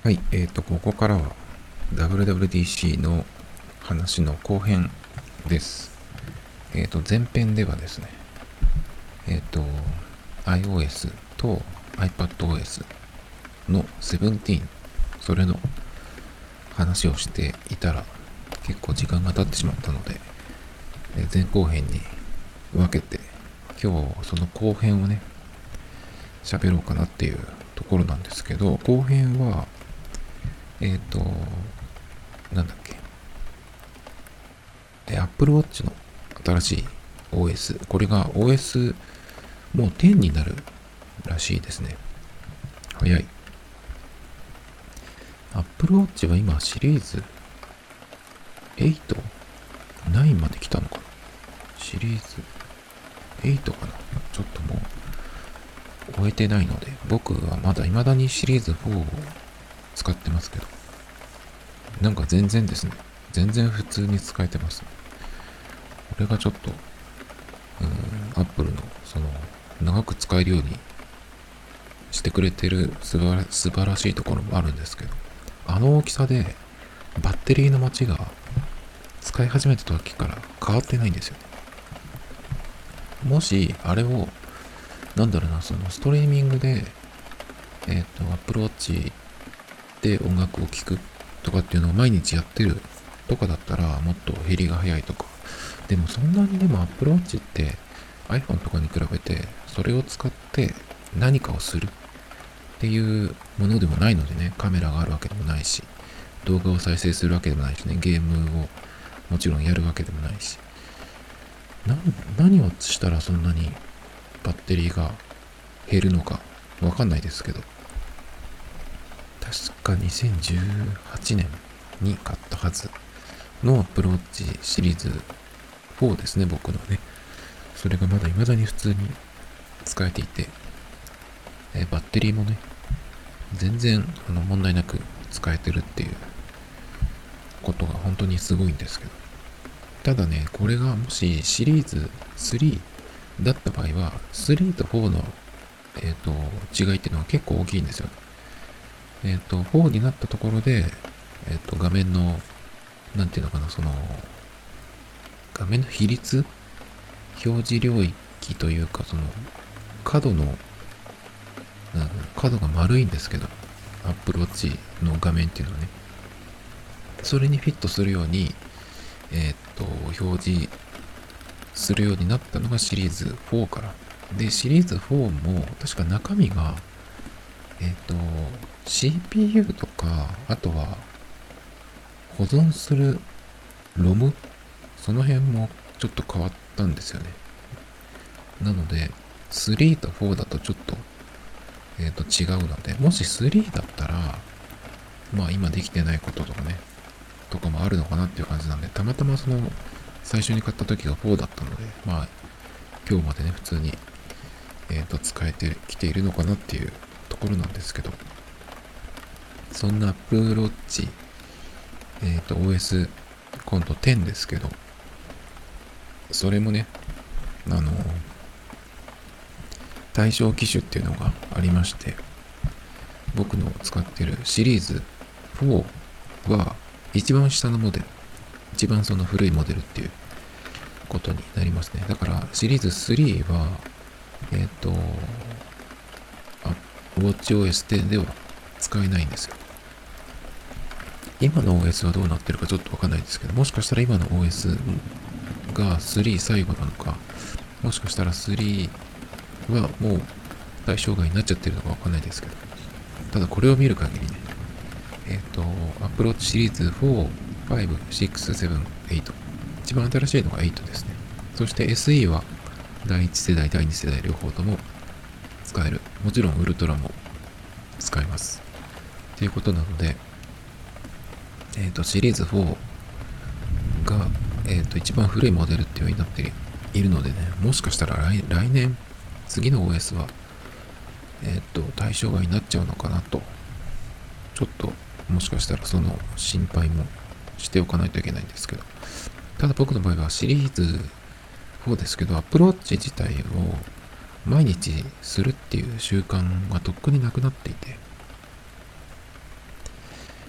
はい、ここからは WWDC の話の後編です。前編ではですね、iOS と iPadOS の17、それの話をしていたら結構時間が経ってしまったので、前後編に分けて今日その後編をね、喋ろうかなっていうところなんですけど、後編は、えっ、と、なんだっけ、Apple Watch の新しい OS、これが OS もう10になるらしいですね。早い。Apple Watch は今シリーズ8、9まで来たのかな。シリーズ8かな。ちょっともう終えてないので、僕はまだ未だにシリーズ4を使ってますけど、なんか全然ですね。全然普通に使えてます。これがちょっと、Apple のその長く使えるようにしてくれてる素晴らしいところもあるんですけど、あの大きさでバッテリーの持ちが使い始めた時から変わってないんですよね。もしあれをそのストリーミングでApple Watch で音楽を聴くとかっていうのを毎日やってるとかだったらもっと減りが早いとか。でもそんなにでも Apple Watch って iPhone とかに比べてそれを使って何かをするっていうものでもないのでね、カメラがあるわけでもないし、動画を再生するわけでもないしね、ゲームをもちろんやるわけでもないし、何をしたらそんなにバッテリーが減るのかわかんないですけど、確か2018年に買ったはずの Apple Watch シリーズ4ですね、僕のね。それがまだ未だに普通に使えていて、バッテリーもね、全然問題なく使えてるっていうことが本当にすごいんですけど。ただね、これがもしシリーズ3だった場合は、3と4の、違いっていうのは結構大きいんですよ。4になったところで、画面の、なんていうのかな、その、画面の比率表示領域というか、その、角の、角が丸いんですけど、Apple Watch の画面っていうのはね、それにフィットするように、表示するようになったのがシリーズ4から。で、シリーズ4も、確か中身が、CPU とか、あとは、保存するロム、その辺もちょっと変わったんですよね。なので、3と4だとちょっと、違うので、もし3だったら、まあ今できてないこととかね、とかもあるのかなっていう感じなんで、たまたまその、最初に買った時が4だったので、まあ、今日までね、普通に、使えてきているのかなっていうところなんですけど、そんな Apple Watch、OS、今度10ですけど、それもね、あの、対象機種っていうのがありまして、僕の使ってるシリーズ4は一番下のモデル、一番その古いモデルっていうことになりますね。だからシリーズ3は、WatchOS10 では使えないんですよ。今の OS はどうなってるかちょっとわかんないですけど、もしかしたら今の OS が3最後なのか、もしかしたら3はもう対象外になっちゃってるのかわかんないですけど、ただこれを見る限りね、Apple Watch シリーズ4、5、6、7、8。一番新しいのが8ですね。そして SE は第1世代、第2世代両方とも使える。もちろんウルトラも使えます。ということなので、シリーズ4が、一番古いモデルっていうようになっているのでね、もしかしたら来年、次の OS は、対象外になっちゃうのかなと、ちょっと、もしかしたらその心配もしておかないといけないんですけど、ただ僕の場合はシリーズ4ですけど、Apple Watch 自体を毎日するっていう習慣がとっくになくなっていて、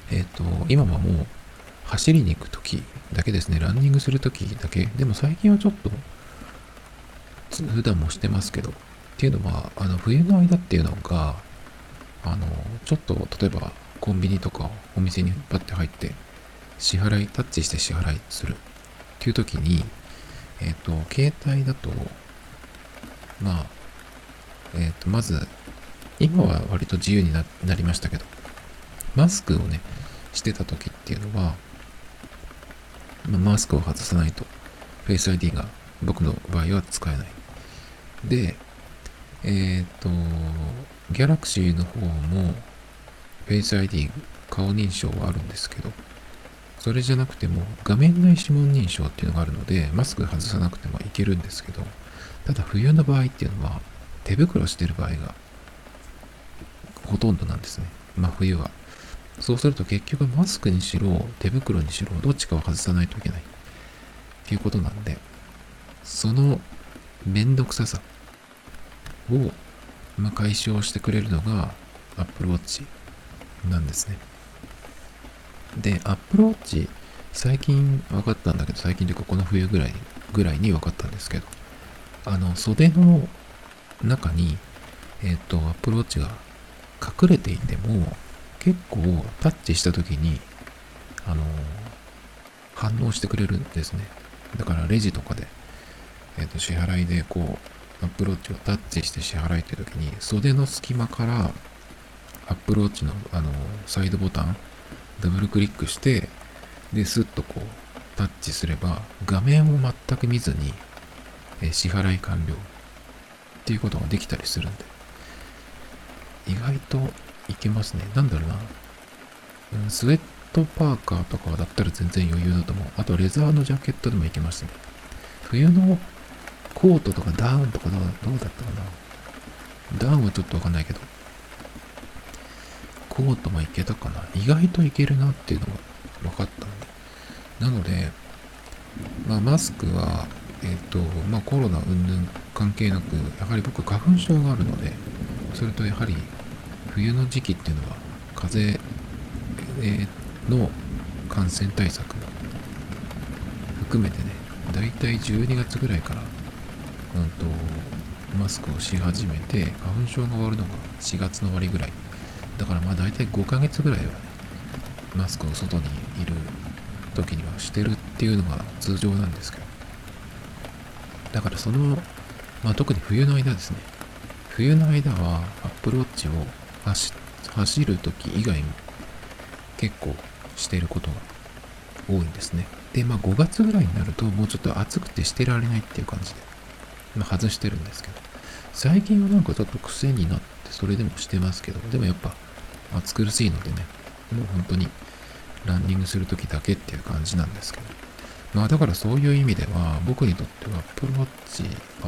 今はもう走りに行くときだけですね。ランニングするときだけ。でも最近はちょっと普段もしてますけど。っていうのは、冬の間っていうのが、ちょっと例えばコンビニとかお店にパッて入ってタッチして支払いするっていうときに、携帯だと、まあ、まず、今は割と自由になりましたけど、マスクをね、してた時っていうのは、マスクを外さないと、フェイス ID が僕の場合は使えない。で、ギャラクシーの方も、フェイス ID 顔認証はあるんですけど、それじゃなくても画面内指紋認証っていうのがあるので、マスク外さなくてもいけるんですけど、ただ冬の場合っていうのは、手袋してる場合がほとんどなんですね。冬は。そうすると結局マスクにしろ、手袋にしろ、どっちかを外さないといけないっていうことなんで、そのめんどくささを、解消してくれるのが Apple Watch なんですね。で、Apple Watch 最近分かったんだけど、最近というかこの冬ぐらいに分かったんですけど、袖の中に、Apple Watch が隠れていても、結構タッチした時に、反応してくれるんですね。だからレジとかで、支払いでアップローチをタッチして支払いっていう時に、袖の隙間からアップローチのサイドボタン、ダブルクリックして、で、スッとタッチすれば、画面を全く見ずに、支払い完了っていうことができたりするんで、意外といけますね。なんだろうな。スウェットパーカーとかだったら全然余裕だと思う。あとレザーのジャケットでもいけますね。冬のコートとかダウンとかどうだったかな。ダウンはちょっとわかんないけど、コートもいけたかな。意外といけるなっていうのが分かったんで。なので、マスクは、コロナ云々関係なく、やはり僕花粉症があるので、それとやはり冬の時期っていうのは風邪の感染対策も含めてね、だいたい12月ぐらいから、マスクをし始めて、花粉症が終わるのが4月の終わりぐらい。だからだいたい5ヶ月ぐらいはね、マスクを外にいる時にはしてるっていうのが通常なんですけど。だから特に冬の間ですね。冬の間は Apple Watch を走る時以外も結構していることが多いんですね。で、5月ぐらいになるともうちょっと暑くてしてられないっていう感じで、外してるんですけど、最近はちょっと癖になってそれでもしてますけど、でもやっぱ暑苦しいのでね、もう本当にランニングするときだけっていう感じなんですけど、だからそういう意味では僕にとっては Apple Watch が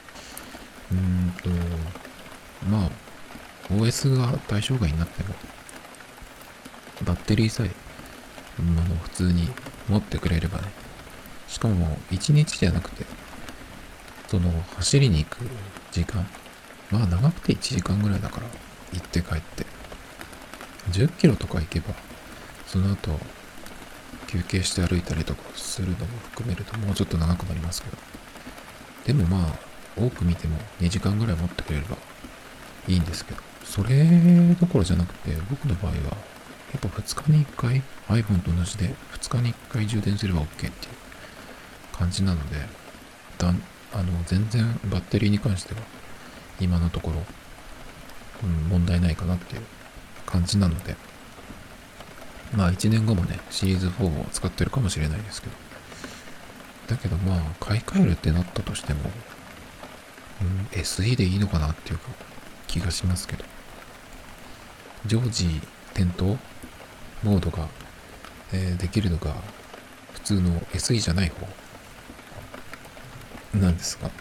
OS が対象外になってもバッテリーさえ普通に持ってくれればね、しかも1日じゃなくて走りに行く時間、長くて1時間ぐらいだから、行って帰って10キロとか行けば、その後休憩して歩いたりとかするのも含めるともうちょっと長くなりますけど、でも多く見ても2時間ぐらい持ってくれればいいんですけど、それどころじゃなくて、僕の場合はやっぱ2日に1回 iPhone と同じで2日に1回充電すれば OK っていう感じなので、全然バッテリーに関しては今のところ、問題ないかなっていう感じなので、1年後もねシリーズ4を使ってるかもしれないですけど、だけど買い替えるってなったとしても、SE でいいのかなっていう気がしますけど、常時点灯モードが、できるのが普通の SE じゃない方なんですが、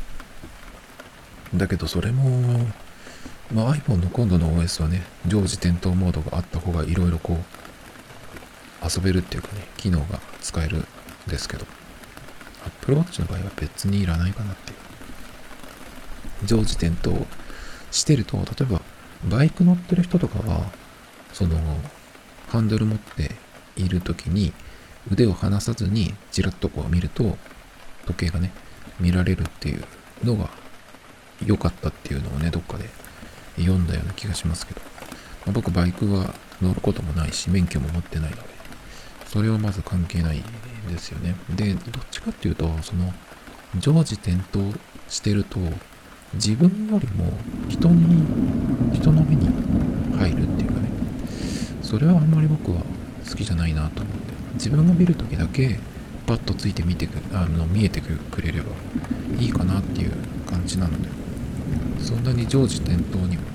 だけどそれも、iPhone の今度の OS はね、常時点灯モードがあった方がいろいろ遊べるっていうかね、機能が使えるんですけど、Apple Watch の場合は別にいらないかなっていう。常時点灯してると、例えばバイク乗ってる人とかは、 ハンドル持っている時に腕を離さずにちらっとこう見ると時計がね見られるっていうのが良かったっていうのをねどっかで読んだような気がしますけど、僕バイクは乗ることもないし免許も持ってないのでそれはまず関係ないですよね。でどっちかっていうとその常時点灯してると自分よりも人の目に入るっていうかね、それはあんまり僕は好きじゃないなと思って、自分が見るときだけパッとついて見えてくれればいいかなっていう感じなので、そんなに常時点灯には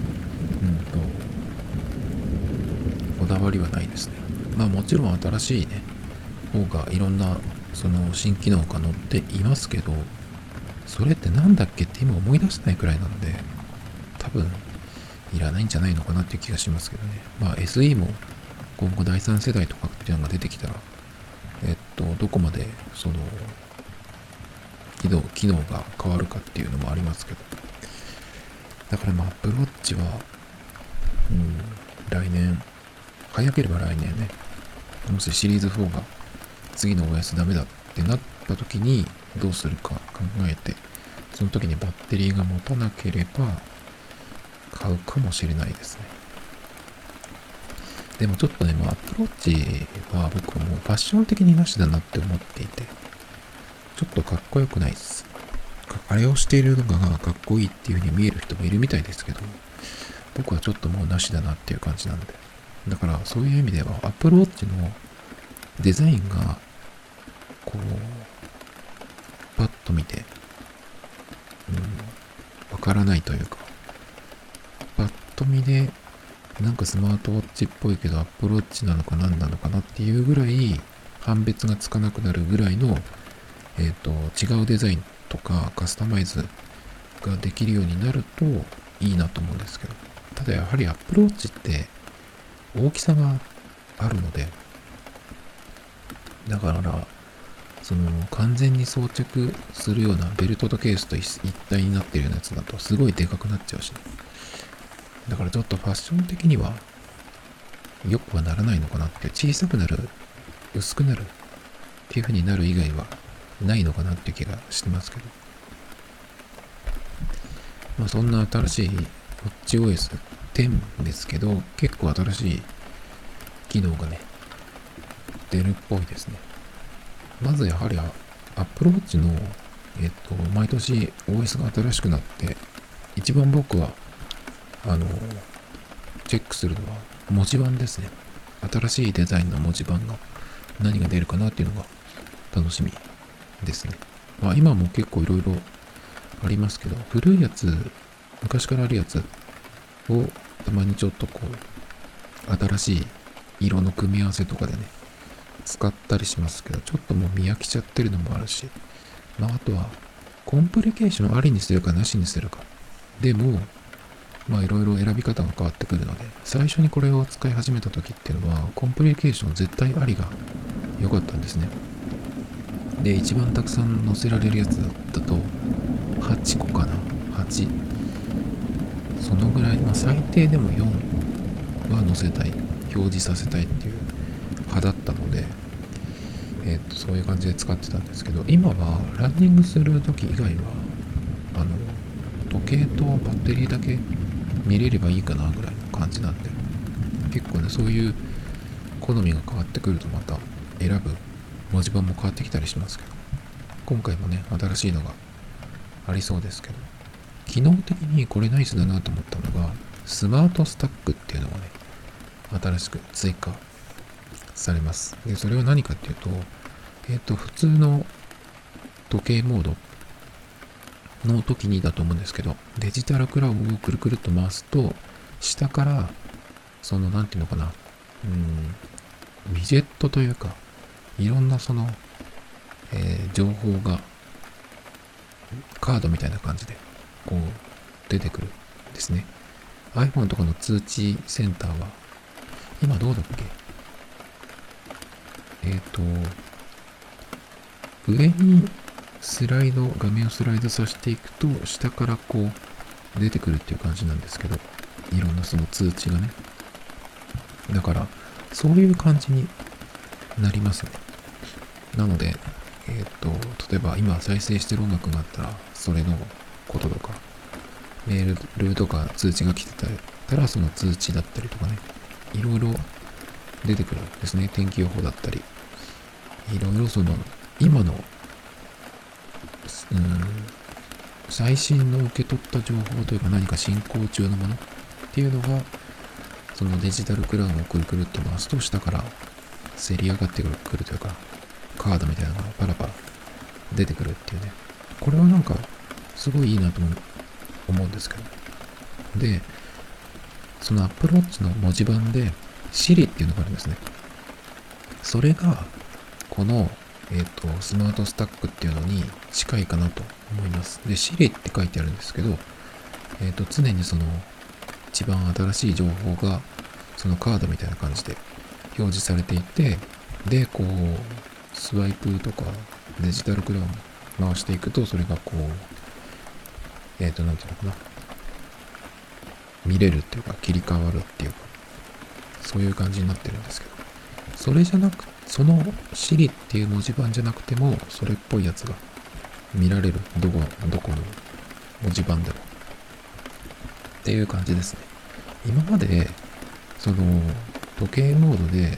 こだわりはないですね。まあもちろん新しいね方がいろんなその新機能が載っていますけど、それってなんだっけって今思い出せないくらいなので多分いらないんじゃないのかなっていう気がしますけどね。まあ SE も今後第3世代とかっていうのが出てきたらどこまでその機能が変わるかっていうのもありますけど、だからまあ Apple Watch は来年、早ければ来年ね、もしシリーズ4が次の OS ダメだってなった時にどうするか考えて、その時にバッテリーが持たなければ買うかもしれないですね。でもちょっとね、アプローチは僕はもうファッション的になしだなって思っていて、ちょっとかっこよくないです。あれをしているのがかっこいいっていう風に見える人もいるみたいですけど、僕はちょっともうなしだなっていう感じなんで。だからそういう意味ではアプローチのデザインがこうパッと見てわからないというか、パッと見でなんかスマートウォッチっぽいけどアップルウォッチなのか何なのかなっていうぐらい判別がつかなくなるぐらいの違うデザインとかカスタマイズができるようになるといいなと思うんですけど、ただやはりアップルウォッチって大きさがあるので、だからその完全に装着するようなベルトとケースと一体になっているようなやつだとすごいでかくなっちゃうしね。だからちょっとファッション的には良くはならないのかなって、小さくなる、薄くなるっていう風になる以外はないのかなっていう気がしてますけど、まあそんな新しい WatchOS 10ですけど、結構新しい機能がね出るっぽいですね。まずやはりApple Watch の毎年 OS が新しくなって一番僕はチェックするのは文字盤ですね。新しいデザインの文字盤が何が出るかなっていうのが楽しみですね。まあ今も結構いろいろありますけど、古いやつ、昔からあるやつをたまにちょっとこう新しい色の組み合わせとかでね使ったりしますけど、ちょっともう見飽きちゃってるのもあるし、まああとはコンプリケーションありにするかなしにするかでもまあいろいろ選び方が変わってくるので、最初にこれを使い始めた時っていうのはコンプリケーション絶対ありが良かったんですね。で一番たくさん載せられるやつだと8個かな、8、そのぐらい、まあ最低でも4は載せたい、表示させたいっていう派だったので、そういう感じで使ってたんですけど、今はランニングする時以外は時計とバッテリーだけ見れればいいかなぐらいの感じなんで、結構ねそういう好みが変わってくるとまた選ぶ文字盤も変わってきたりしますけど、今回もね新しいのがありそうですけど、機能的にこれナイスだなと思ったのがスマートスタックっていうのがね新しく追加されます。でそれは何かっていうと、普通の時計モードの時にだと思うんですけど、デジタルクラウドをくるくるっと回すと下からそのなんていうのかな、ウィジェットというかいろんなその、情報がカードみたいな感じでこう出てくるんですね。 iPhone とかの通知センターは今どうだっけ、上に画面をスライドさせていくと下からこう出てくるっていう感じなんですけど、いろんなその通知がね、だからそういう感じになりますね。なので、例えば今再生してる音楽があったら、それのこととか、メールとか通知が来てたら、その通知だったりとかね、いろいろ出てくるんですね。天気予報だったり、いろいろその、今の、最新の受け取った情報というか何か進行中のものっていうのが、そのデジタルクラウンをくるくるっと回すと下からせり上がってくるというか、カードみたいなのがパラパラ出てくるっていうね。これはなんか、すごいいいなと思うんですけど。で、その Apple Watch の文字盤で Siri っていうのがあるんですね。それが、この、スマートスタックっていうのに近いかなと思います。で、Siri って書いてあるんですけど、常にその、一番新しい情報が、そのカードみたいな感じで表示されていて、で、こう、スワイプとかデジタルクラウン回していくと、それがこう、なんていうのかな。見れるっていうか、切り替わるっていうか、そういう感じになってるんですけど、それじゃなく、その Siri っていう文字盤じゃなくても、それっぽいやつが見られる。どこの文字盤でも。っていう感じですね。今まで、その、時計モードで、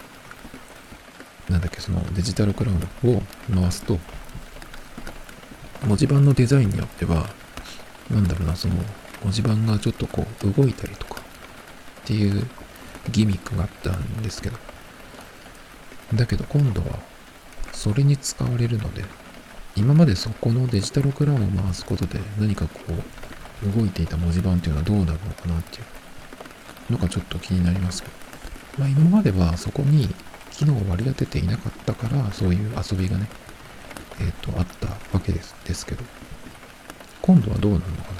そのデジタルクラウンを回すと、文字盤のデザインによっては、その、文字盤がちょっとこう、動いたりとか、っていうギミックがあったんですけど、だけど今度は、それに使われるので、今までそこのデジタルクラウンを回すことで何かこう、動いていた文字盤っていうのはどうなるのかなっていうのがちょっと気になりますけど、今まではそこに機能を割り当てていなかったから、そういう遊びがね、あったわけですけど、今度はどうなるのかな。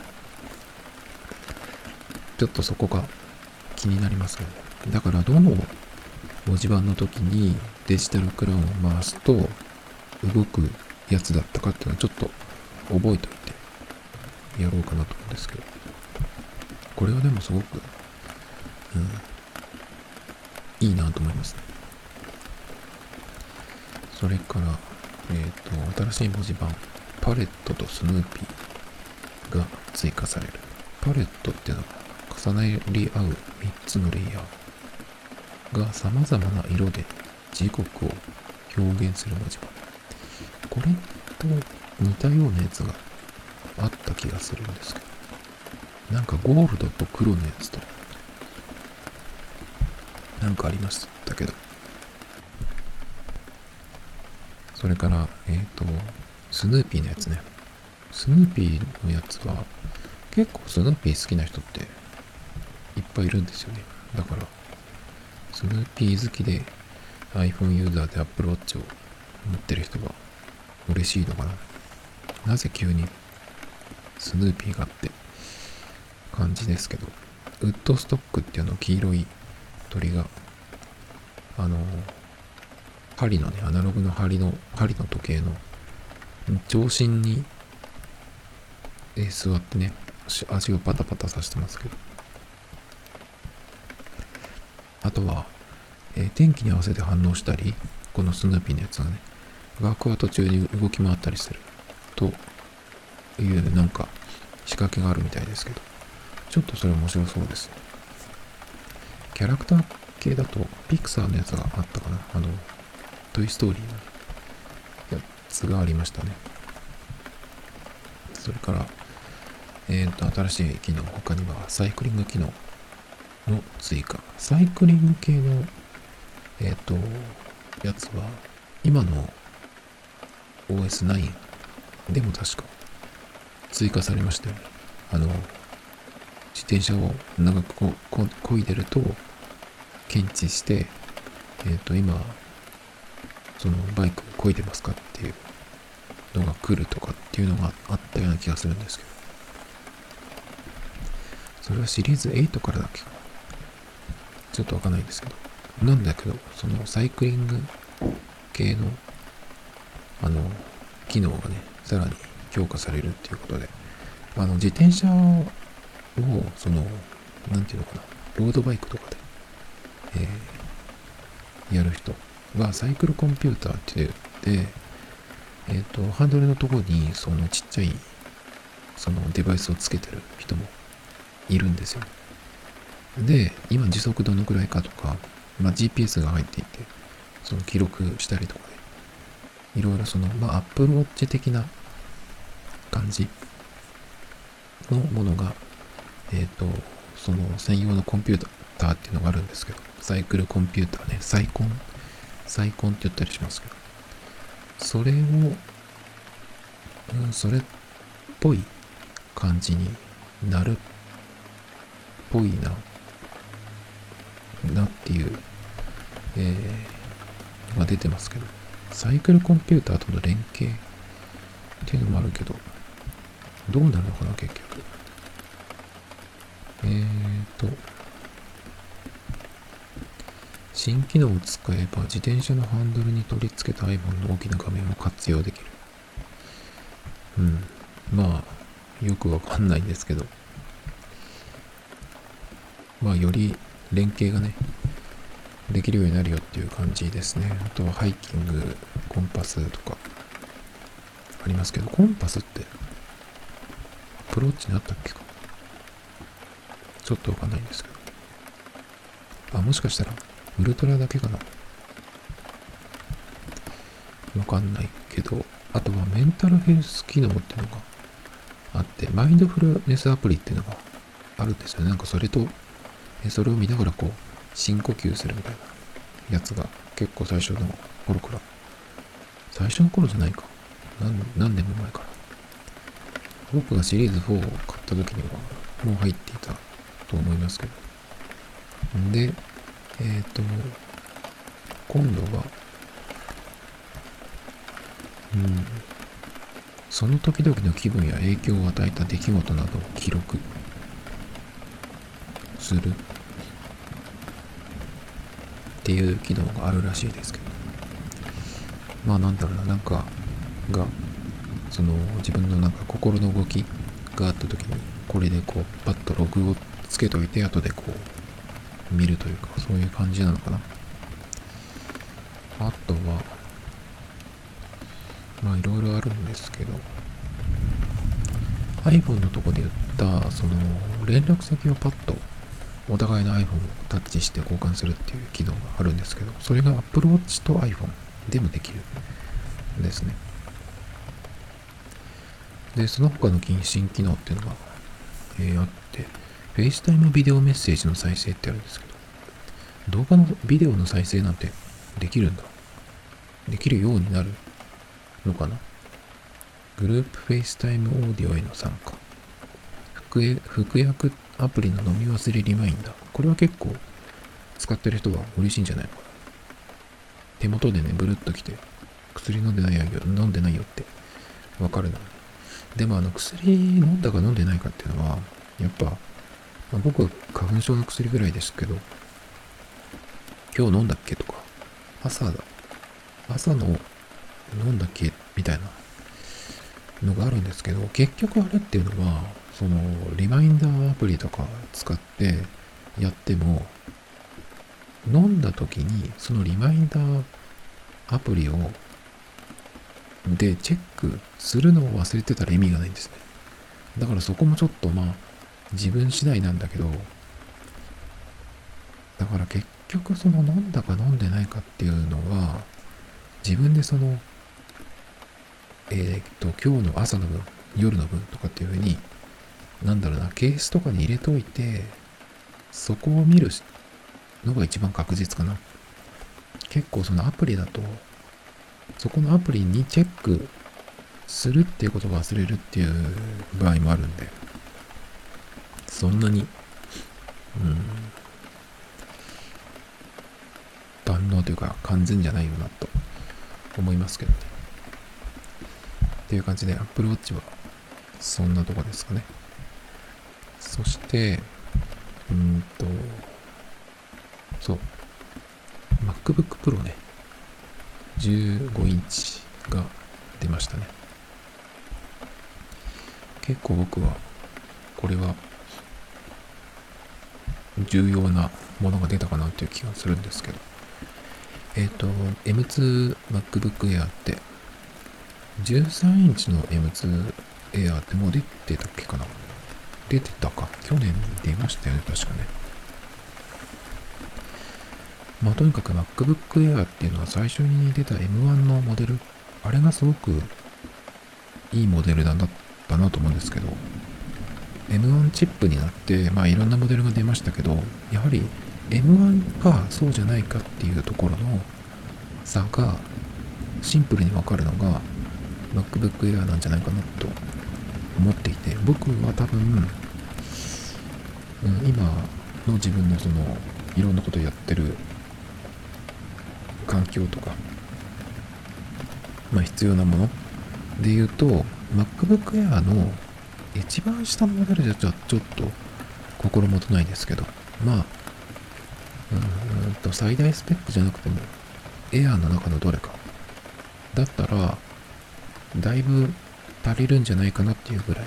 ちょっとそこが気になりますね。だからどの文字盤の時にデジタルクラウンを回すと動くやつだったかっていうのはちょっと覚えておいてやろうかなと思うんですけど、これはでもすごく、いいなと思いますね。それから、新しい文字盤、パレットとスヌーピーが追加される。パレットっていうのは重なり合う3つのレイヤーが様々な色で時刻を表現する文字盤。これと似たようなやつがあった気がするんですけど、なんかゴールドと黒のやつとなんかありましたけど、それからスヌーピーのやつね。スヌーピーのやつは結構スヌーピー好きな人っていっぱいいるんですよね。だからスヌーピー好きで iPhone ユーザーで Apple Watch を持ってる人は嬉しいのかな。なぜ急にスヌーピーがって感じですけど、ウッドストックっていう黄色い鳥が針のね、アナログの針の時計の長針に、座ってね、足をパタパタさせてますけど、あとは、天気に合わせて反応したり、このスヌーピーのやつがね、枠は途中に動き回ったりするというなんか仕掛けがあるみたいですけど、ちょっとそれ面白そうですね。キャラクター系だとピクサーのやつがあったかな。トイストーリーのやつがありましたね。それから、新しい機能、他にはサイクリング機能の追加。サイクリング系の、やつは、今の OS9 でも確か追加されましたよね。自転車を長く漕いでると、検知して、今、そのバイク漕いでますかっていうのが来るとかっていうのがあったような気がするんですけど、それはシリーズ8からだっけかな。ちょっとわかんないですけど。なんだけど、そのサイクリング系の、機能がね、さらに強化されるっていうことで、自転車を、なんていうのかな、ロードバイクとかで、 やる人はサイクルコンピューターって言って、ハンドルのところにそのちっちゃいそのデバイスをつけてる人もいるんですよ。で、今時速どのくらいかとか、GPS が入っていて、その記録したりとかで、いろいろその、アップルウォッチ的な感じのものが、その専用のコンピューターっていうのがあるんですけど、サイクルコンピューターね、サイコンって言ったりしますけど、それを、それっぽい感じになるっぽいなっていう、が出てますけど、サイクルコンピューターとの連携っていうのもあるけど、どうなるのかな結局。新機能を使えば自転車のハンドルに取り付けた iPhone の大きな画面を活用できる。よくわかんないんですけど、より連携がね、できるようになるよっていう感じですね。あとはハイキング、コンパスとかありますけど、コンパスってアプローチになったっけかちょっとわかんないんですけど。もしかしたらウルトラだけかなわかんないけど、あとはメンタルヘルス機能っていうのがあって、マインドフルネスアプリっていうのがあるんですよね。なんかそれと、それを見ながらこう、深呼吸するみたいなやつが結構最初の頃から、最初の頃じゃないか。何年も前から。僕がシリーズ4を買った時にはもう入っていたと思いますけど。で、今度は、その時々の気分や影響を与えた出来事などを記録するっていう機能があるらしいですけど、なんかがその自分の心の動きがあった時にこれでこうパッとログをつけといて後でこう見るというか、そういう感じなのかな。あとはいろいろあるんですけど、 iPhone のとこで言ったその連絡先をパッとお互いの iPhone をタッチして交換するっていう機能があるんですけど、それが Apple Watch と iPhone でもできるんですね。で、その他の新機能っていうのが、あって、FaceTime ビデオメッセージの再生ってあるんですけど、動画のビデオの再生なんてできるんだ。できるようになるのかな。グループ FaceTime オーディオへの参加。服薬アプリの飲み忘れリマインダー。これは結構使ってる人は嬉しいんじゃないのかな。手元でね、ブルッときて、薬飲んでないよってわかるのに。でも薬飲んだか飲んでないかっていうのは、やっぱ、僕は花粉症の薬ぐらいですけど、今日飲んだっけとか、朝の飲んだっけみたいなのがあるんですけど、結局あれっていうのは、そのリマインダーアプリとか使ってやっても、飲んだ時にそのリマインダーアプリでチェックするのを忘れてたら意味がないんですね。だからそこもちょっと自分次第なんだけど、だから結局その飲んだか飲んでないかっていうのは自分でその今日の朝の分、夜の分とかっていう風にケースとかに入れといて、そこを見るのが一番確実かな。結構そのアプリだと、そこのアプリにチェックするっていうことを忘れるっていう場合もあるんで、そんなに、万能というか完全じゃないよなと思いますけどね。っていう感じで Apple Watch はそんなとこですかね。そして、そう、MacBook Pro ね、15インチが出ましたね。結構僕はこれは重要なものが出たかなという気がするんですけど、 M2MacBook Airって、13インチの M2 Air ってもう出てたっけかな。出てたか。去年出ましたよね、確かね。まあとにかく MacBook Air っていうのは最初に出た M1 のモデル、あれがすごくいいモデルだったなと思うんですけど、M1 チップになって、まあいろんなモデルが出ましたけど、やはり M1 かそうじゃないかっていうところの差がシンプルにわかるのが MacBook Air なんじゃないかなと思っていて、僕は多分、今の自分のそのいろんなことをやってる環境とか、まあ必要なもので言うと MacBook Air の一番下のモデルじゃちょっと心もとないですけど、まあ最大スペックじゃなくてもエアーの中のどれかだったらだいぶ足りるんじゃないかなっていうぐらい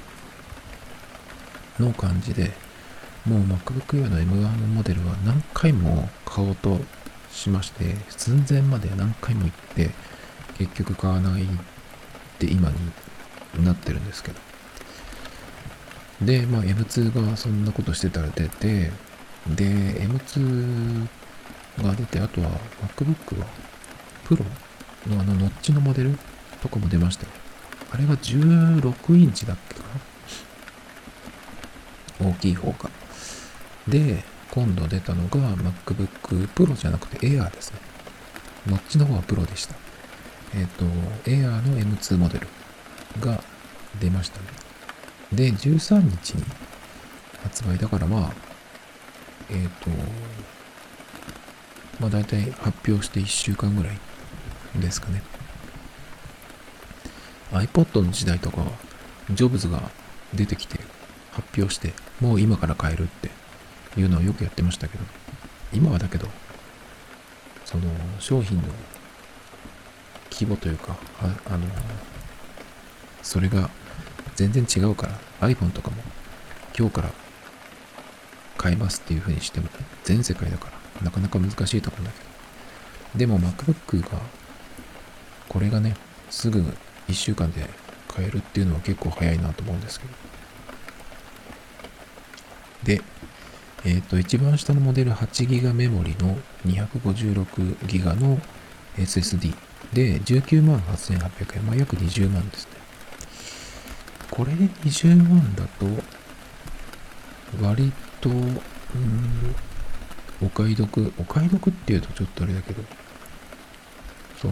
の感じで、もう MacBook Air の M1 のモデルは何回も買おうとしまして、寸前まで何回も行って結局買わないって今になってるんですけど、でまあ M2 がそんなことしてたら出て、で M2 が出て、あとは MacBook は Pro のノッチのモデルとかも出ましたよ。あれが16インチだっけかな、大きい方が。で今度出たのが MacBook Pro じゃなくて Air ですね。ノッチの方は Pro でした。Air の M2 モデルが出ましたね。で13日に発売だから、まあまあ大体発表して1週間ぐらいですかね。iPod の時代とかはジョブズが出てきて発表して、もう今から買えるっていうのをよくやってましたけど、今はだけどその商品の規模というか、それが全然違うから、 iPhone とかも今日から買えますっていう風にしても全世界だからなかなか難しいと思うんだけど、でも MacBook がこれがねすぐ1週間で買えるっていうのは結構早いなと思うんですけど、で一番下のモデル 8GB メモリの 256GB の SSD で198,800円、まあ約20万ですね。これで20万だと割とお買い得っていうとちょっとあれだけど、その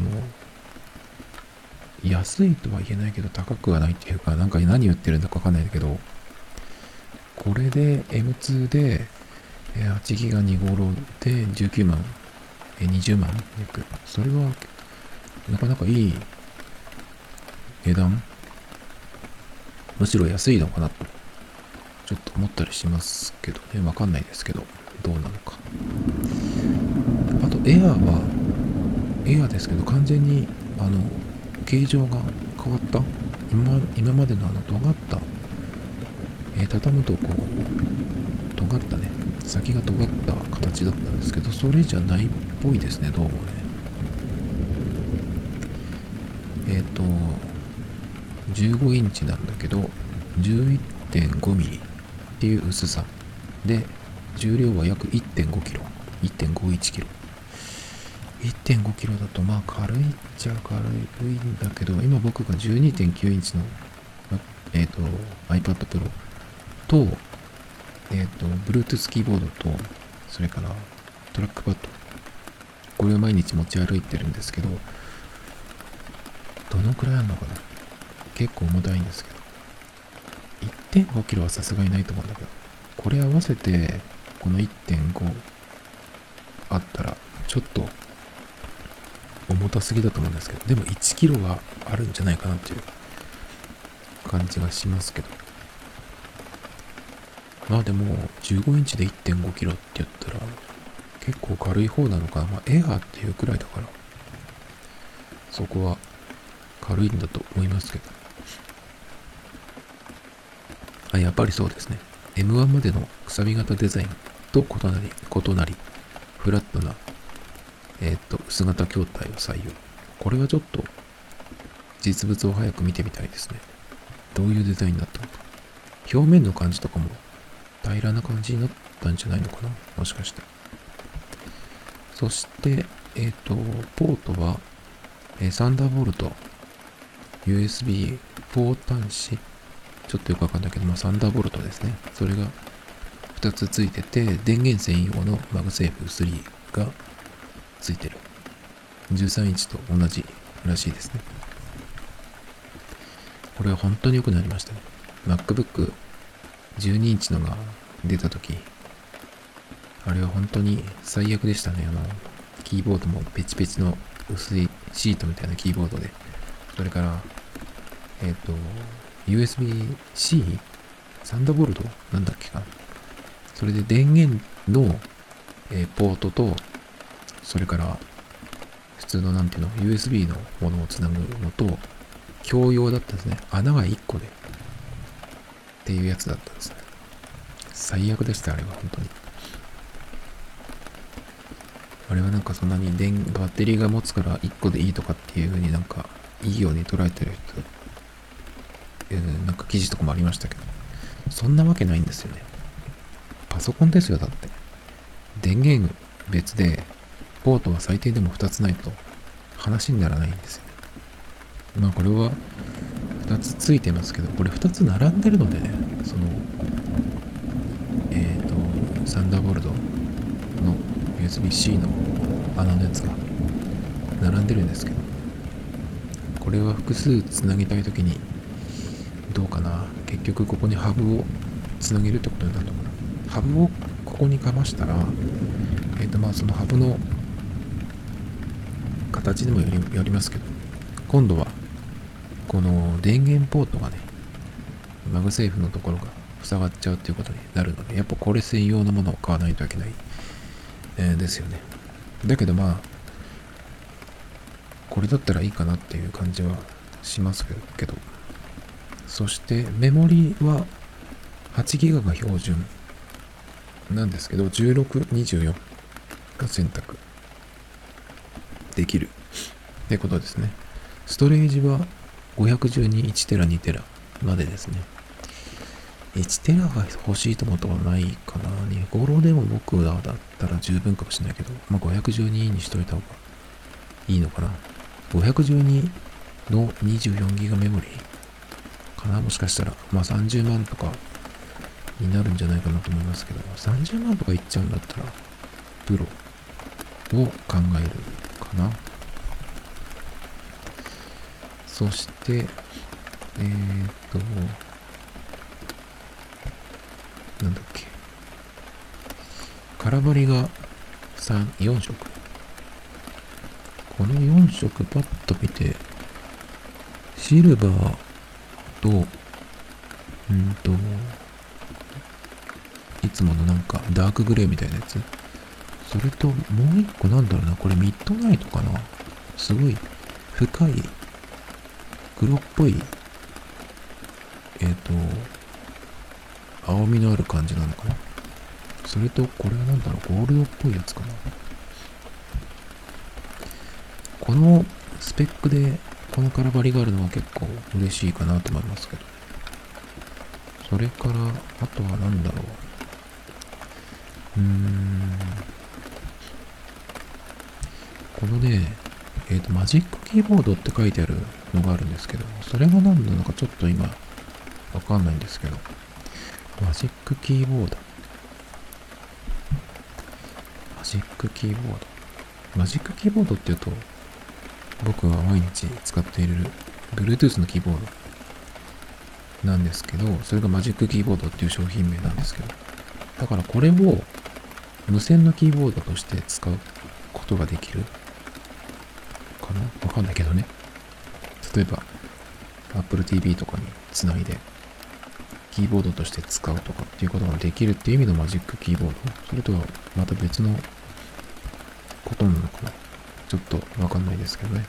安いとは言えないけど高くはないっていうか、なんか何言ってるんだかわかんないんだけど、これで M2 で8ギガ2号ロで19万、20万約、それはなかなかいい値段、むしろ安いのかなとちょっと思ったりしますけどね。わかんないですけどどうなのか。あとエアーはエアーですけど、完全に形状が変わった。今までの尖った、畳むとこう尖ったね、先が尖った形だったんですけど、それじゃないっぽいですね、どうもね。15インチなんだけど 11.5 ミリっていう薄さで、重量は約 1.5 キロ、 1.51 キロ。1.5 キロだとまあ軽いっちゃ軽いんだけど、今僕が 12.9 インチのiPad Pro とBluetooth キーボードと、それからトラックパッド、これを毎日持ち歩いてるんですけど、どのくらいあるのかな。結構重たいんですけど 1.5 キロはさすがにないと思うんだけど、これ合わせてこの 1.5 あったらちょっと重たすぎだと思うんですけど、でも1キロはあるんじゃないかなっていう感じがしますけど、まあでも15インチで 1.5 キロって言ったら結構軽い方なのかな。まあエアーっていうくらいだからそこは軽いんだと思いますけど、やっぱりそうですね。M1 までのくさび型デザインと異なりフラットな薄型筐体を採用。これはちょっと実物を早く見てみたいですね。どういうデザインになったのか。表面の感じとかも平らな感じになったんじゃないのかな、もしかして。そして、ポートは、サンダーボルト、USB4 端子、ちょっとよくわかんないけど、サンダーボルトですね。それが2つついてて、電源専用のマグセーフ3がついてる。13インチと同じらしいですね。これは本当に良くなりましたね。MacBook 12インチのが出た時、あれは本当に最悪でしたね。キーボードもペチペチの薄いシートみたいなキーボードで、それから、USB-C? サンダーボルトなんだっけかな。それで電源の、ポートと、それから普通のUSB のものをつなぐのと、共用だったんですね。穴が1個で。っていうやつだったんですね。最悪でした、あれは本当に。あれはそんなにバッテリーが持つから1個でいいとかっていう風にいいように捉えてる人、記事とかもありましたけど、そんなわけないんですよね。パソコンですよ、だって。電源別で、ポートは最低でも2つないと話にならないんですよね。これは2つついてますけど、これ2つ並んでるのでね、サンダーボルトの USB-C の穴のやつが並んでるんですけど、これは複数つなぎたいときにどうかな。結局ここにハブをつなげるってことになるのかな。ハブをここにかましたら、そのハブの形にもよりますけど、今度はこの電源ポートがね、マグセーフのところが塞がっちゃうっていうことになるので、やっぱこれ専用のものを買わないといけない、ですよね。だけどこれだったらいいかなっていう感じはしますけど、そしてメモリは 8GB が標準なんですけど、16、24が選択できるってことですね。ストレージは512、1テラ、2テラまでですね。1テラが欲しいと思ったことないかな。2頃でも僕だったら十分かもしれないけど、512にしといた方がいいのかな。512の 24GB メモリかな、もしかしたら。30万とかになるんじゃないかなと思いますけど、30万とかいっちゃうんだったら、プロを考えるかな。そして、なんだっけ。カラバリが4色。この4色パッと見て、シルバーと、いつものダークグレーみたいなやつ。それともう一個これミッドナイトかな。すごい深い黒っぽい、青みのある感じなのかな。それとこれはゴールドっぽいやつかな。このスペックでこのカラバリがあるのは結構嬉しいかなと思いますけど。それからあとはこのね、マジックキーボードって書いてあるのがあるんですけど、それが何なのかちょっと今わかんないんですけど、マジックキーボード。マジックキーボード。マジックキーボードって言うと、僕が毎日使っている Bluetooth のキーボードなんですけど、それがマジックキーボードっていう商品名なんですけど、だからこれを無線のキーボードとして使うことができるかな、わかんないけどね。例えば Apple TV とかにつないでキーボードとして使うとかっていうことができるっていう意味のマジックキーボード。それとはまた別のことなのかな。ちょっとわかんないですけどね。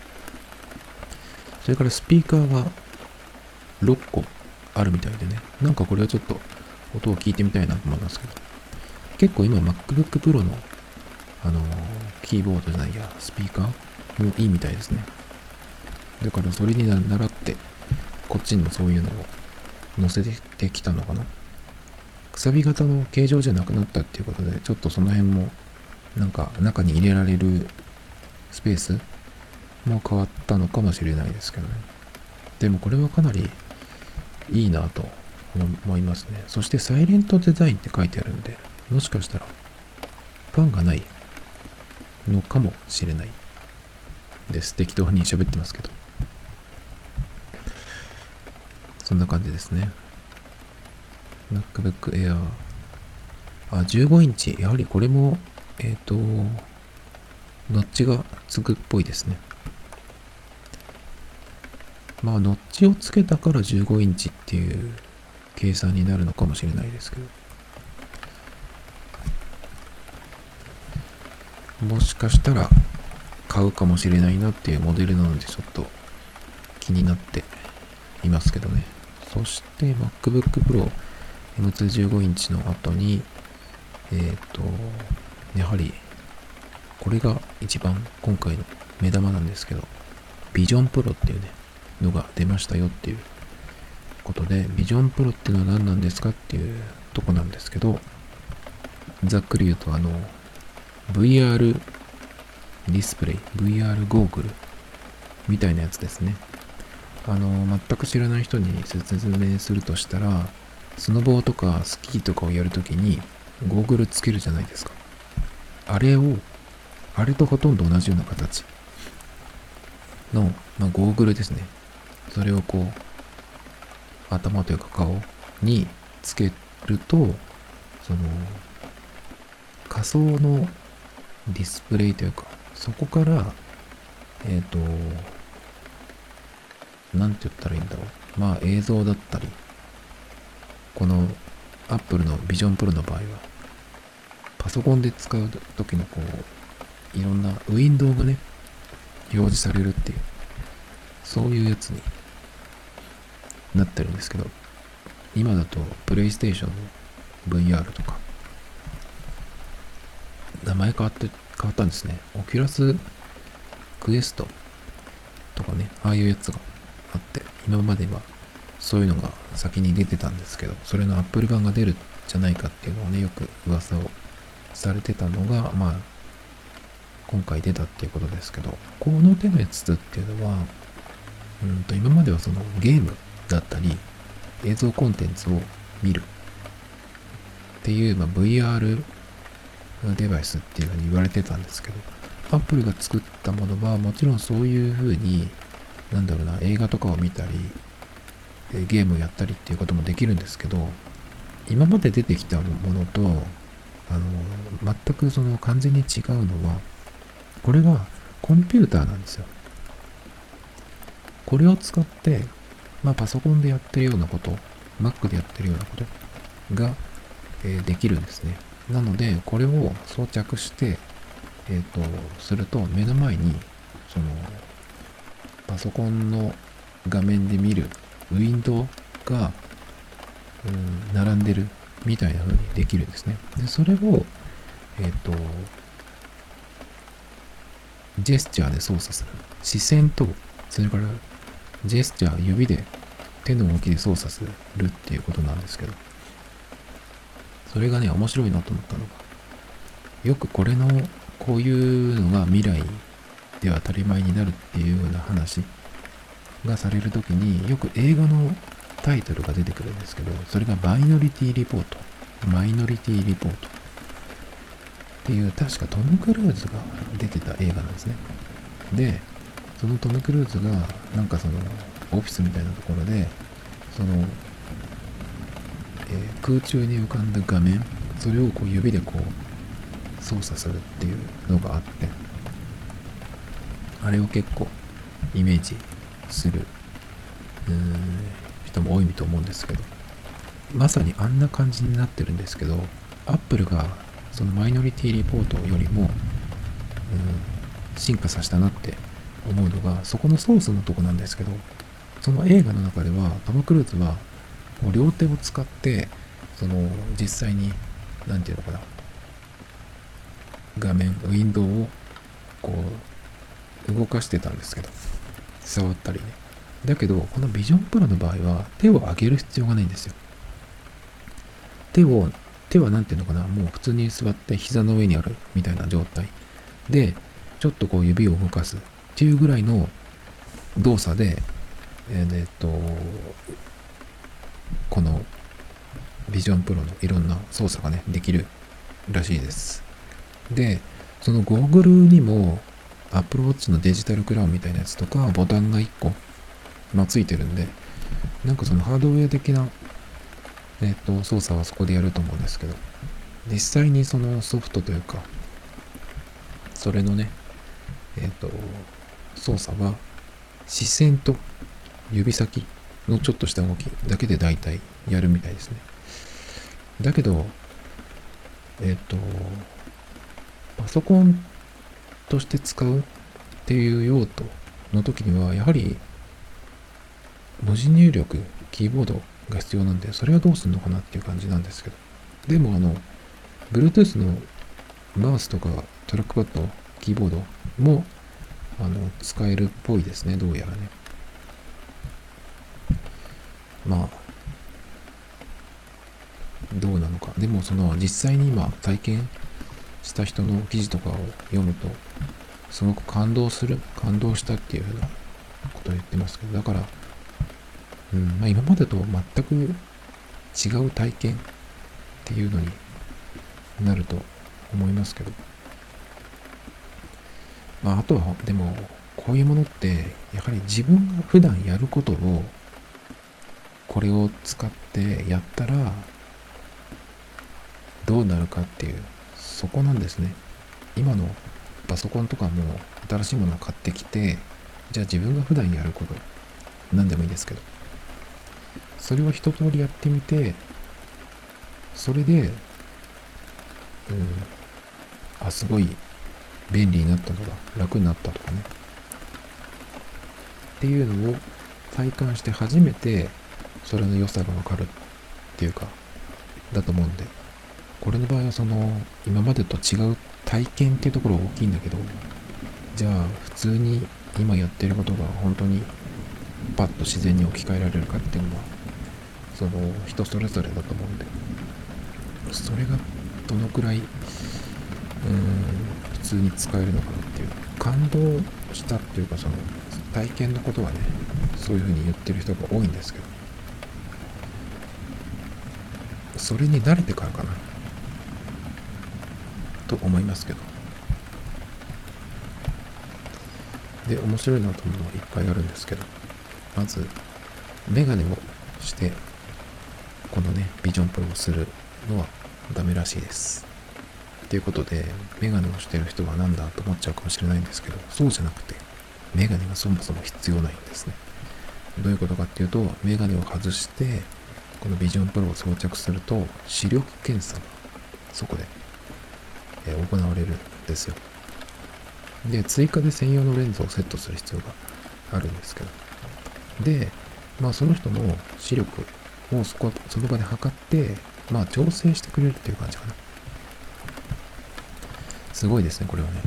それからスピーカーが6個あるみたいでね。これはちょっと音を聞いてみたいなと思いますけど。結構今 MacBook Pro のキーボードじゃないや、スピーカーもいいみたいですね。だからそれに習って、こっちにもそういうのを載せてきたのかな。くさび型の形状じゃなくなったっていうことで、ちょっとその辺も、なんか中に入れられるスペースも変わったのかもしれないですけどね。でもこれはかなりいいなと思いますね。そしてサイレントデザインって書いてあるんで、もしかしたらファンがないのかもしれないです。適当に喋ってますけど。そんな感じですね。MacBook Air。15インチ。やはりこれも、ノッチがつくっぽいですね。まあ、ノッチをつけたから15インチっていう計算になるのかもしれないですけど。もしかしたら買うかもしれないなっていうモデルなのでちょっと気になっていますけどね。そして MacBook Pro M2 15インチの後に、やはりこれが一番今回の目玉なんですけど、Vision Pro っていうね、のが出ましたよっていうことで、Vision Pro っていうのは何なんですかっていうとこなんですけど、ざっくり言うとVR ディスプレイ、VR ゴーグルみたいなやつですね。全く知らない人に説明するとしたら、スノボーとかスキーとかをやるときにゴーグルつけるじゃないですか。あれとほとんど同じような形の、ゴーグルですね。それをこう、頭というか顔につけると、その、仮想のディスプレイというか、そこから、なんて言ったらいいんだろう。映像だったり、この Apple の Vision Pro の場合は、パソコンで使う時のこう、いろんなウィンドウがね、表示されるっていう、そういうやつになってるんですけど、今だと PlayStation の VR とか、名前変わったんですね。Oculus Quest とかね、ああいうやつがあって、今まではそういうのが先に出てたんですけど、それの Apple 版が出るんじゃないかっていうのをね、よく噂をされてたのが、今回出たっていうことですけど、この手のやつっていうのは、今まではそのゲームだったり、映像コンテンツを見るっていう、VR デバイスっていうふうに言われてたんですけど、Apple が作ったものはもちろんそういうふうに、映画とかを見たり、ゲームをやったりっていうこともできるんですけど、今まで出てきたものと、全くその完全に違うのは、これがコンピューターなんですよ。これを使って、パソコンでやってるようなこと、Mac でやってるようなことが、できるんですね。なので、これを装着して、すると、目の前に、その、パソコンの画面で見るウィンドウが、並んでるみたいな風にできるんですね。で、それを、ジェスチャーで操作する。視線と、それから、ジェスチャー、指で、手の動きで操作するっていうことなんですけど、それがね、面白いなと思ったのが、よくこういうのが未来では当たり前になるっていうような話がされるときに、よく映画のタイトルが出てくるんですけど、それがマイノリティリポート。マイノリティリポート。っていう、確かトム・クルーズが出てた映画なんですね。で、そのトム・クルーズが、オフィスみたいなところで、空中に浮かんだ画面、それをこう指でこう操作するっていうのがあって、あれを結構イメージする人も多いと思うんですけど、まさにあんな感じになってるんですけど、Apple がそのマイノリティリポートよりも、進化させたなって思うのが、そこのソースのとこなんですけど、その映画の中ではトム・クルーズはもう両手を使って実際に画面ウィンドウをこう動かしてたんですけど、触ったりね。だけどこのビジョンプロの場合は手を上げる必要がないんですよ。手はなんていうのかな、もう普通に座って膝の上にあるみたいな状態で、ちょっとこう指を動かすっていうぐらいの動作で、このビジョンプロのいろんな操作がね、できるらしいです。で、そのゴーグルにも Apple Watch のデジタルクラウンみたいなやつとかボタンが1個、ついてるんで、なんかそのハードウェア的な、操作はそこでやると思うんですけど、実際にそのソフトというか、それのね、操作は視線と指先のちょっとした動きだけで大体やるみたいですね。だけど、パソコンとして使うっていう用途の時には、やはり文字入力、キーボードが必要なんで、それはどうするのかなっていう感じなんですけど。でもBluetooth のマウスとかトラックパッド、キーボードも使えるっぽいですね、どうやらね。どうなのか。でも実際に今体験した人の記事とかを読むと、すごく感動したっていうふうなことを言ってますけど、だから、今までと全く違う体験っていうのになると思いますけど、あとはでもこういうものってやはり自分が普段やることをこれを使ってやったらどうなるかっていう、そこなんですね。今のパソコンとかも新しいものを買ってきて、じゃあ自分が普段やること何でもいいですけど、それを一通りやってみて、それですごい便利になったとか楽になったとかねっていうのを体感して初めてそれの良さがわかるっていうかだと思うんで、これの場合は今までと違う体験っていうところが大きいんだけど、じゃあ普通に今やってることが本当にパッと自然に置き換えられるかっていうのは人それぞれだと思うんで、それがどのくらい普通に使えるのかなっていう、感動したっていうか体験のことはね、そういうふうに言ってる人が多いんですけど、それに慣れてからかなと思いますけど。で、面白いなと思うのはいっぱいあるんですけど、まずメガネをしてこのねビジョンプロをするのはダメらしいです。ということで、メガネをしてる人はなんだと思っちゃうかもしれないんですけど、そうじゃなくてメガネがそもそも必要ないんですね。どういうことかっていうと、メガネを外してこのビジョンプロを装着すると視力検査がそこで行われるんですよ。で、追加で専用のレンズをセットする必要があるんですけど、で、その人の視力をその場で測って、調整してくれるっていう感じかな。すごいですね、これはね。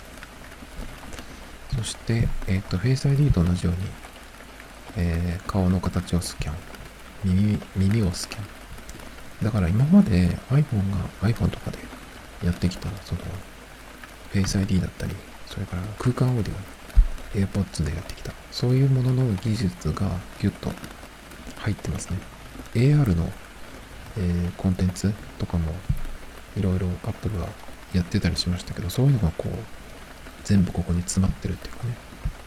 そして、フェイス ID と同じように、顔の形をスキャン、耳をスキャン。だから今まで iPhone とかでやってきた、フェイス ID だったり、それから空間オーディオ、AirPods でやってきた、そういうものの技術がギュッと入ってますね。AR の、コンテンツとかもいろいろ Apple はやってたりしましたけど、そういうのが全部ここに詰まってるっていうかね。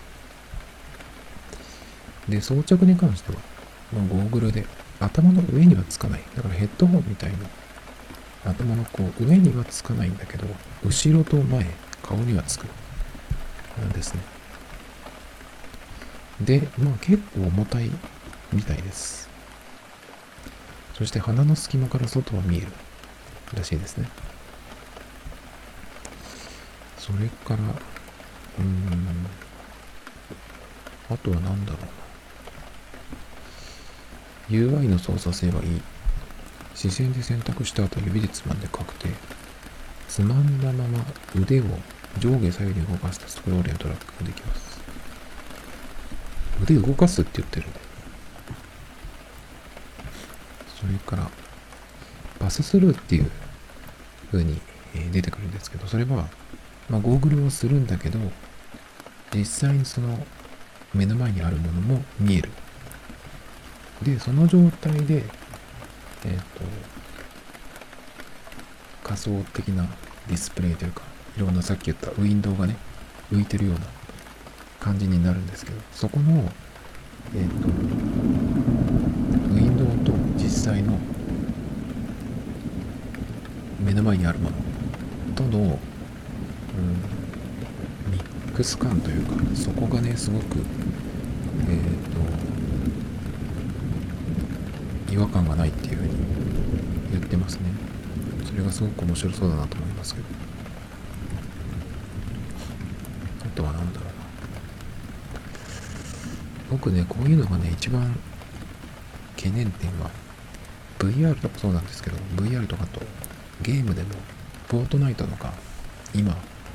で、装着に関しては、ゴーグルで頭の上にはつかない。だからヘッドホンみたいな頭の上にはつかないんだけど、後ろと前、顔にはつくなんですね。で、結構重たいみたいです。そして鼻の隙間から外は見えるらしいですね。それから、あとは何だろうな。UI の操作性はいい。視線で選択した後指でつまんで確定。つまんだまま腕を上下左右に動かすとスクロールやトラックができます。腕動かすって言ってるね。それからパススルーっていう風に出てくるんですけど、それは、ゴーグルをするんだけど、実際にその目の前にあるものも見える。で、その状態で、仮想的なディスプレイというか、いろんなさっき言ったウィンドウがね、浮いてるような感じになるんですけど、そこの、ウィンドウと実際の目の前にあるものとの、ミックス感というか、そこがね、すごく、違和感がないっていうふうに言ってますね。それがすごく面白そうだなと思いますけど。あとは何だろうな。僕ね、こういうのがね、一番懸念点は VR とかそうなんですけど、VR とかとゲームでもフォートナイトとか今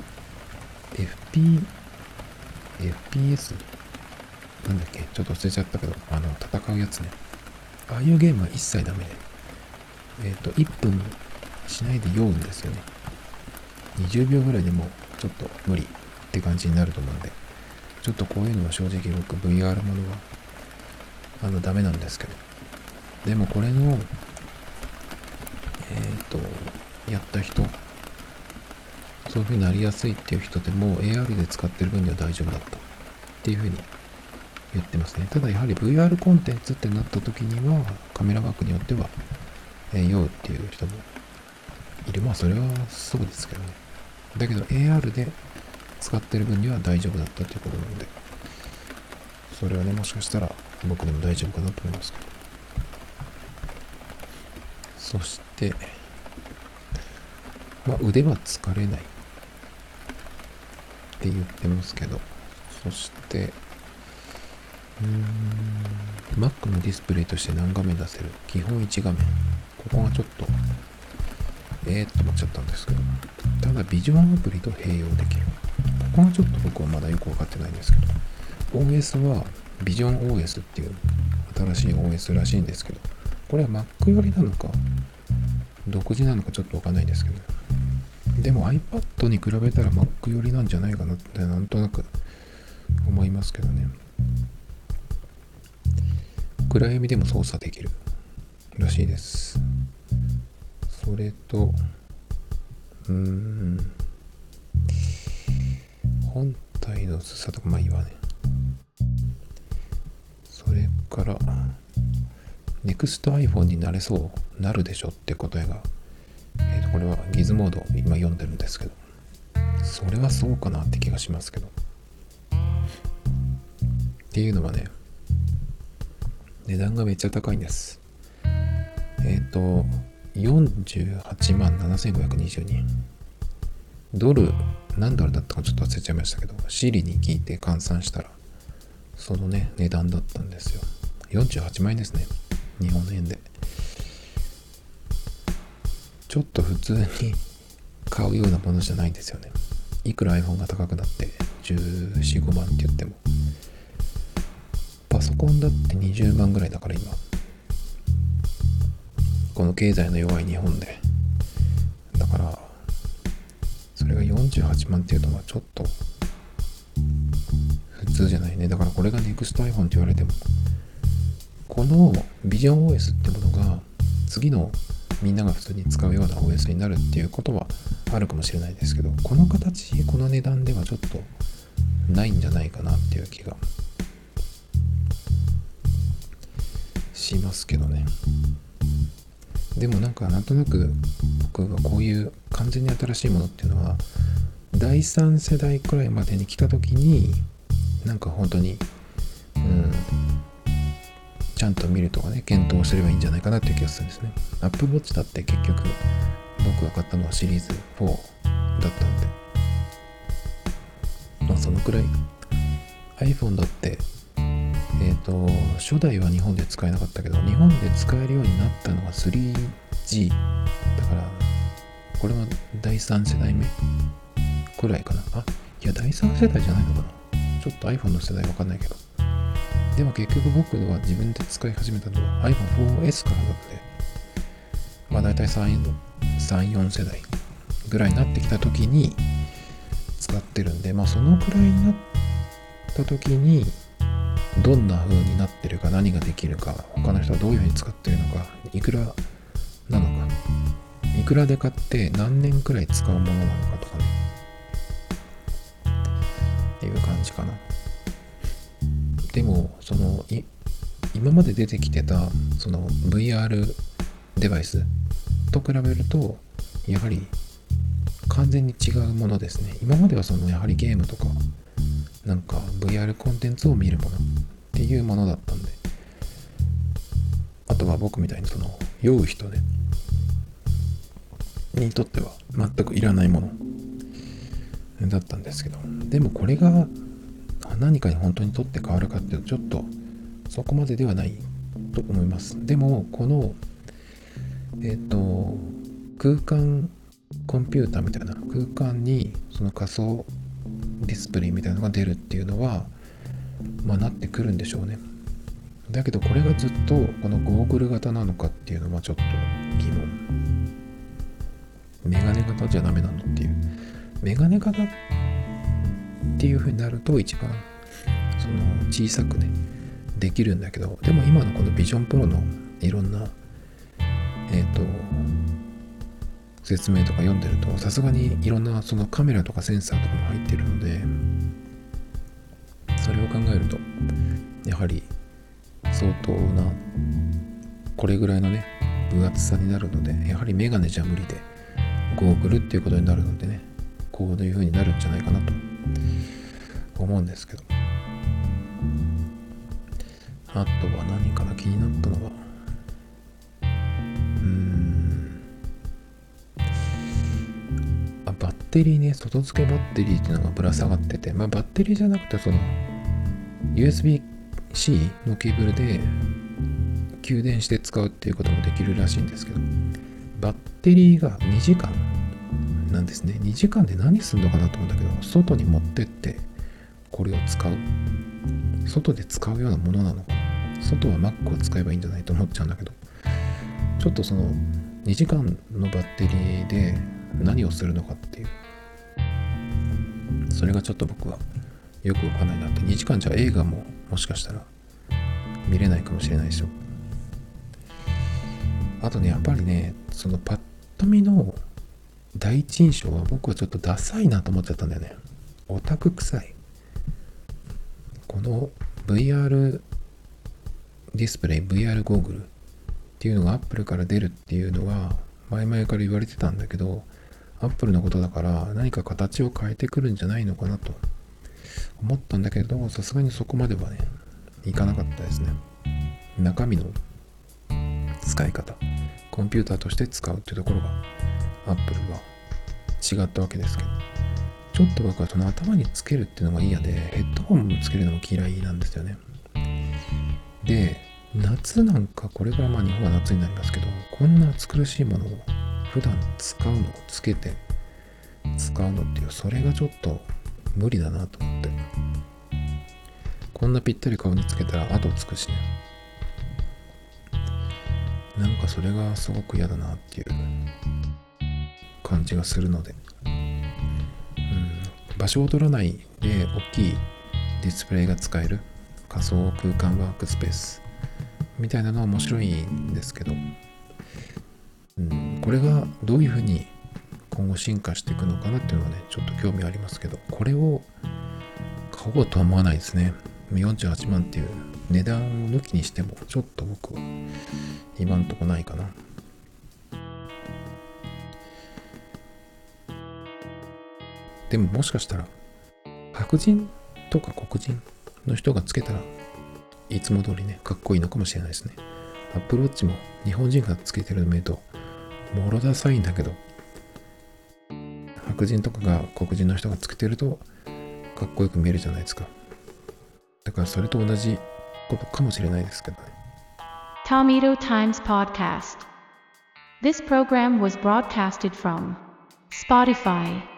FPS なんだっけ、ちょっと忘れちゃったけど、戦うやつね、ああいうゲームは一切ダメで、1分しないで酔うんですよね。20秒ぐらいでもちょっと無理って感じになると思うんで、ちょっとこういうのは正直僕 VR ものはダメなんですけど、でもこれのやった人、そういう風になりやすいっていう人でも AR で使ってる分には大丈夫だったっていう風に言ってますね。ただやはり VR コンテンツってなった時にはカメラワークによっては酔うっていう人もいる。それはそうですけどね。だけど AR で使ってる分には大丈夫だったということなので、それはね、もしかしたら僕でも大丈夫かなと思いますけど。そして腕は疲れないって言ってますけど、そしてMac のディスプレイとして何画面出せる？基本1画面。ここがちょっとって思っちゃったんですけど、ただビジョンアプリと併用できる。ここがちょっと僕はまだよく分かってないんですけど、 OS はビジョン OS っていう新しい OS らしいんですけど、これは Mac 寄りなのか独自なのかちょっと分かんないんですけど、でも iPad に比べたら Mac 寄りなんじゃないかなってなんとなく思いますけどね。暗闇でも操作できるらしいです。それと本体の薄さとかいいわね。それからNEXT iPhone になれそうなるでしょって答えが、これはギズモード今読んでるんですけど、それはそうかなって気がしますけど、っていうのはね、値段がめっちゃ高いんです。48万7522円。ドル何ドルだったかちょっと忘れちゃいましたけど、シリに聞いて換算したらそのね値段だったんですよ。48万円ですね、日本円で。ちょっと普通に買うようなものじゃないんですよね。いくら iPhone が高くなって14、15万って言っても、パソコンだって20万ぐらいだから今、この経済の弱い日本で。だからそれが48万っていうのはちょっと普通じゃないね。だからこれが NEXT iPhone って言われても、この Vision OS ってものが次のみんなが普通に使うような OS になるっていうことはあるかもしれないですけど、この形この値段ではちょっとないんじゃないかなっていう気がしますけどね。でもなんとなく僕がこういう完全に新しいものっていうのは第3世代くらいまでに来た時に本当にちゃんと見るとかね、検討すればいいんじゃないかなっていう気がするんですね。Apple Watch だって結局僕が買ったのはシリーズ4だったんで、そのくらい。 iPhone だって初代は日本で使えなかったけど、日本で使えるようになったのが 3G だから、これは第3世代目。こくらいかな。いや、第3世代じゃないのかな。ちょっと iPhone の世代わかんないけど。でも結局僕は自分で使い始めたのは iPhone4S からなので、だいたい3、4世代ぐらいになってきた時に使ってるんで、そのくらいになった時にどんな風になってるか、何ができるか、他の人はどういう風に使ってるのか、いくらなのか、いくらで買って何年くらい使うものなのかとかね、っていう感じかな。でも今まで出てきてたその VR デバイスと比べるとやはり完全に違うものですね。今まではやはりゲームとかなんか VR コンテンツを見るものっていうものだったんで、あとは僕みたいに酔う人ねにとっては全くいらないものだったんですけど、でもこれが何かに本当にとって変わるかっていうとちょっとそこまでではないと思います。でもこの空間コンピューターみたいな空間にその仮想ディスプレイみたいなのが出るっていうのはなってくるんでしょうね。だけどこれがずっとこのゴーグル型なのかっていうのはちょっと疑問。メガネ型じゃダメなのっていう。メガネ型っていう風になると一番小さくねできるんだけど、でも今のこのビジョンプロのいろんな説明とか読んでると、さすがにいろんなカメラとかセンサーとかも入ってるので、それを考えるとやはり相当なこれぐらいのね分厚さになるので、やはりメガネじゃ無理でゴーグルっていうことになるのでね、こういう風になるんじゃないかなと思うんですけど、あとは何かな、気になったのはバッテリーね、外付けバッテリーっていうのがぶら下がってて、バッテリーじゃなくてUSB-C のケーブルで給電して使うっていうこともできるらしいんですけど、バッテリーが2時間なんですね。2時間で何するのかなと思うんだけど、外に持ってってこれを使う、外で使うようなものなのかな。外は Mac を使えばいいんじゃないと思っちゃうんだけど、ちょっと2時間のバッテリーで何をするのかっていう、それがちょっと僕はよくわかんないなって。2時間じゃ映画ももしかしたら見れないかもしれないでしょ。あとね、やっぱりね、パッと見の第一印象は僕はちょっとダサいなと思っちゃったんだよね。オタク臭い。この VR ディスプレイ、VR ゴーグルっていうのが Apple から出るっていうのは前々から言われてたんだけど、Apple のことだから何か形を変えてくるんじゃないのかなと思ったんだけど、さすがにそこまではねいかなかったですね。中身の使い方、コンピューターとして使うっていうところが Apple は違ったわけですけど、ちょっと僕は頭につけるっていうのが嫌で、ヘッドホンつけるのも嫌いなんですよね。で、夏なんかこれから日本は夏になりますけど、こんな暑苦しいものを普段使うのをつけて使うのっていう、それがちょっと無理だなと思って、こんなぴったり顔につけたら後つくしね、なんかそれがすごく嫌だなっていう感じがするので、場所を取らないで大きいディスプレイが使える仮想空間ワークスペースみたいなのは面白いんですけど、これがどういうふうに今後進化していくのかなっていうのはね、ちょっと興味ありますけど、これを買おうとは思わないですね。48万っていう値段を抜きにしてもちょっと僕は今んとこないかな。でももしかしたら白人とか黒人の人がつけたらいつも通りねかっこいいのかもしれないですね。アップルウォッチも日本人がつけてるの見るともろダサいんだけど、白人とかが黒人の人がつけてるとかっこよく見えるじゃないですか。だからそれと同じことかもしれないですけどね。 Tomito Times Podcast. This program was broadcasted from Spotify.